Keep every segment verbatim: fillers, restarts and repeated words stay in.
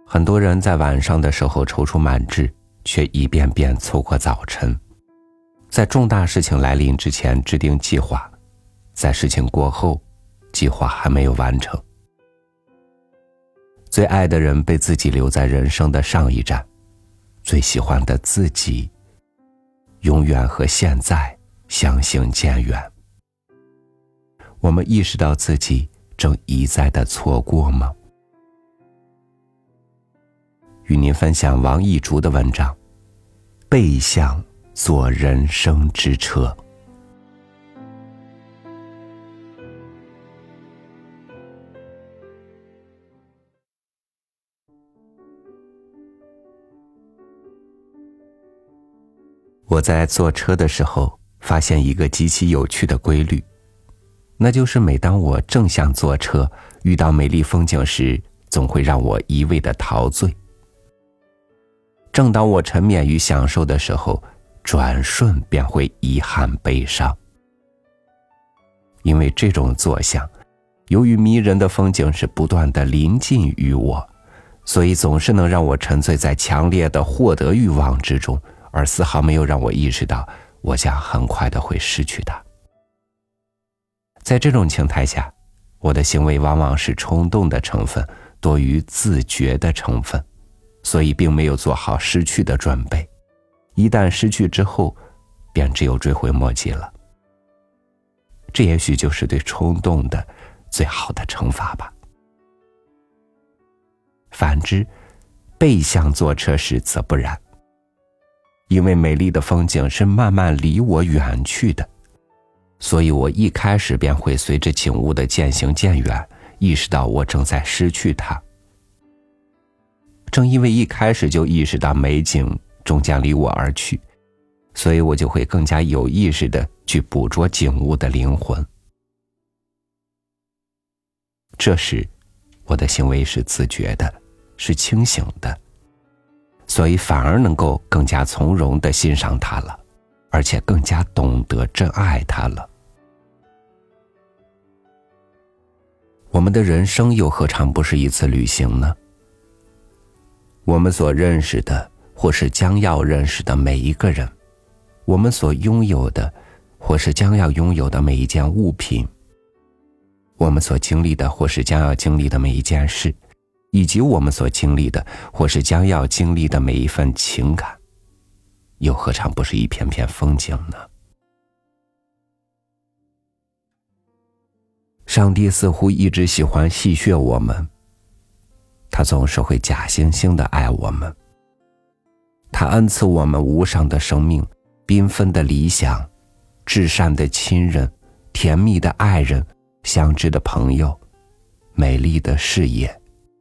很多人在晚上的时候踌躇满志，却一遍遍错过早晨。在重大事情来临之前制定计划，在事情过后，计划还没有完成。最爱的人被自己留在人生的上一站，最喜欢的自己，永远和现在相行渐远。我们意识到自己正一再的错过吗？与您分享王逸竹的文章《背向坐人生之车》。我在坐车的时候发现一个极其有趣的规律，那就是每当我正向坐车，遇到美丽风景时，总会让我一味的陶醉。正当我沉湎于享受的时候，转瞬便会遗憾悲伤。因为这种坐向，由于迷人的风景是不断的临近于我，所以总是能让我沉醉在强烈的获得欲望之中，而丝毫没有让我意识到我将很快的会失去它。在这种情态下，我的行为往往是冲动的成分多于自觉的成分，所以并没有做好失去的准备，一旦失去之后，便只有追悔莫及了。这也许就是对冲动的最好的惩罚吧。反之，背向坐车时则不然，因为美丽的风景是慢慢离我远去的，所以我一开始便会随着景物的渐行渐远，意识到我正在失去它。正因为一开始就意识到美景终将离我而去，所以我就会更加有意识地去捕捉景物的灵魂。这时，我的行为是自觉的，是清醒的，所以反而能够更加从容地欣赏它了，而且更加懂得珍爱它了。我们的人生又何尝不是一次旅行呢？我们所认识的，或是将要认识的每一个人，我们所拥有的，或是将要拥有的每一件物品，我们所经历的，或是将要经历的每一件事，以及我们所经历的，或是将要经历的每一份情感，又何尝不是一片片风景呢？上帝似乎一直喜欢戏谑我们，他总是会假惺惺地爱我们。他恩赐我们无上的生命，缤纷的理想，至善的亲人，甜蜜的爱人，相知的朋友，美丽的事业。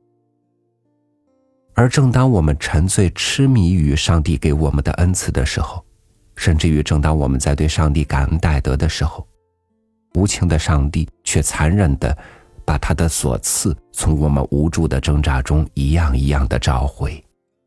而正当我们沉醉痴迷于上帝给我们的恩赐的时候，甚至于正当我们在对上帝感恩戴德的时候，无情的上帝却残忍地把他的所赐从我们无助的挣扎中一样一样地召回。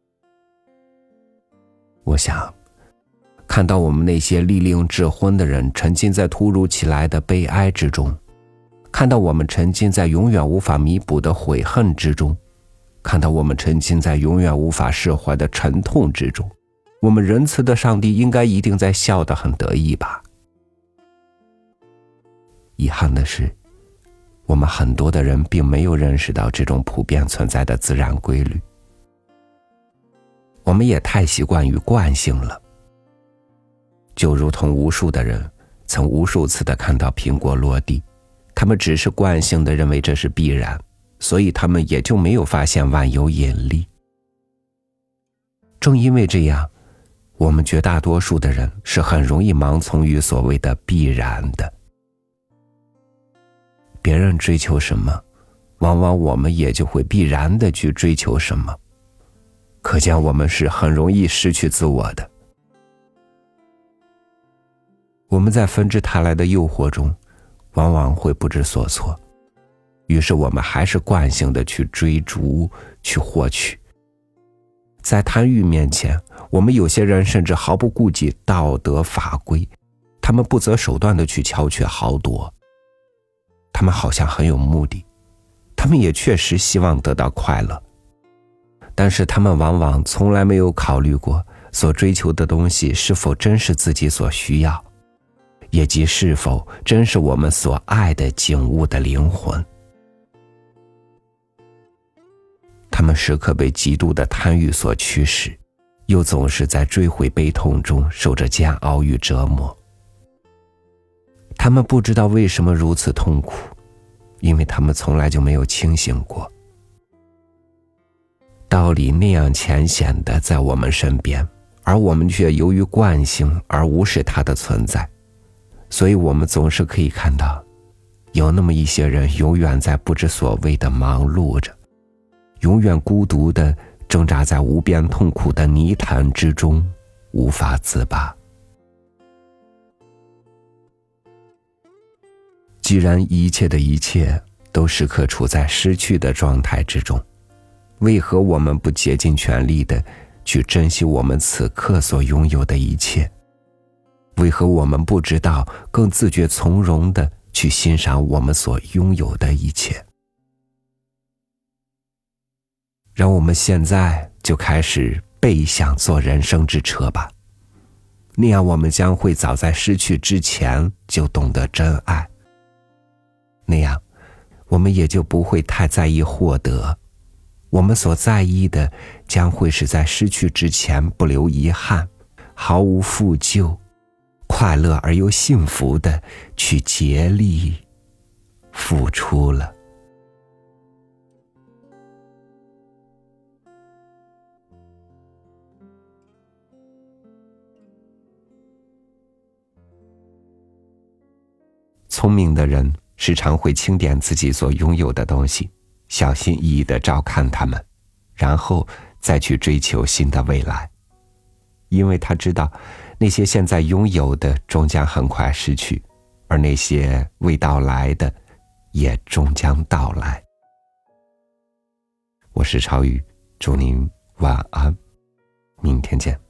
我想，看到我们那些历令智昏的人沉浸在突如其来的悲哀之中，看到我们沉浸在永远无法弥补的悔恨之中，看到我们沉浸在永远无法释怀的沉痛之中，我们仁慈的上帝应该一定在笑得很得意吧。遗憾的是，我们很多的人并没有认识到这种普遍存在的自然规律。我们也太习惯于惯性了，就如同无数的人曾无数次地看到苹果落地，他们只是惯性地认为这是必然，所以他们也就没有发现万有引力。正因为这样，我们绝大多数的人是很容易盲从于所谓的必然的。别人追求什么，往往我们也就会必然地去追求什么，可见我们是很容易失去自我的。我们在纷至沓来的诱惑中，往往会不知所措，于是我们还是惯性地去追逐，去获取。在贪欲面前，我们有些人甚至毫不顾及道德法规，他们不择手段地去巧取豪夺。他们好像很有目的，他们也确实希望得到快乐， 但是他们往往从来没有考虑过所追求的东西是否真是自己所需要，也即是否真是我们所爱的景物的灵魂。他们时刻被极度的贪欲所驱使，又总是在追悔悲痛中受着煎熬与折磨。他们不知道为什么如此痛苦，因为他们从来就没有清醒过。道理那样浅显地在我们身边，而我们却由于惯性而无视它的存在。所以我们总是可以看到，有那么一些人永远在不知所谓的忙碌着，永远孤独地挣扎在无边痛苦的泥潭之中，无法自拔。既然一切的一切都时刻处在失去的状态之中，为何我们不竭尽全力地去珍惜我们此刻所拥有的一切？为何我们不知道更自觉从容地去欣赏我们所拥有的一切？让我们现在就开始背向坐人生之车吧，那样我们将会早在失去之前就懂得真爱，那样我们也就不会太在意获得，我们所在意的将会是在失去之前不留遗憾，毫无负疚，快乐而又幸福的去竭力付出了。聪明的人时常会清点自己所拥有的东西，小心翼翼地照看它们，然后再去追求新的未来。因为他知道那些现在拥有的终将很快失去，而那些未到来的也终将到来。我是超宇，祝您晚安，明天见。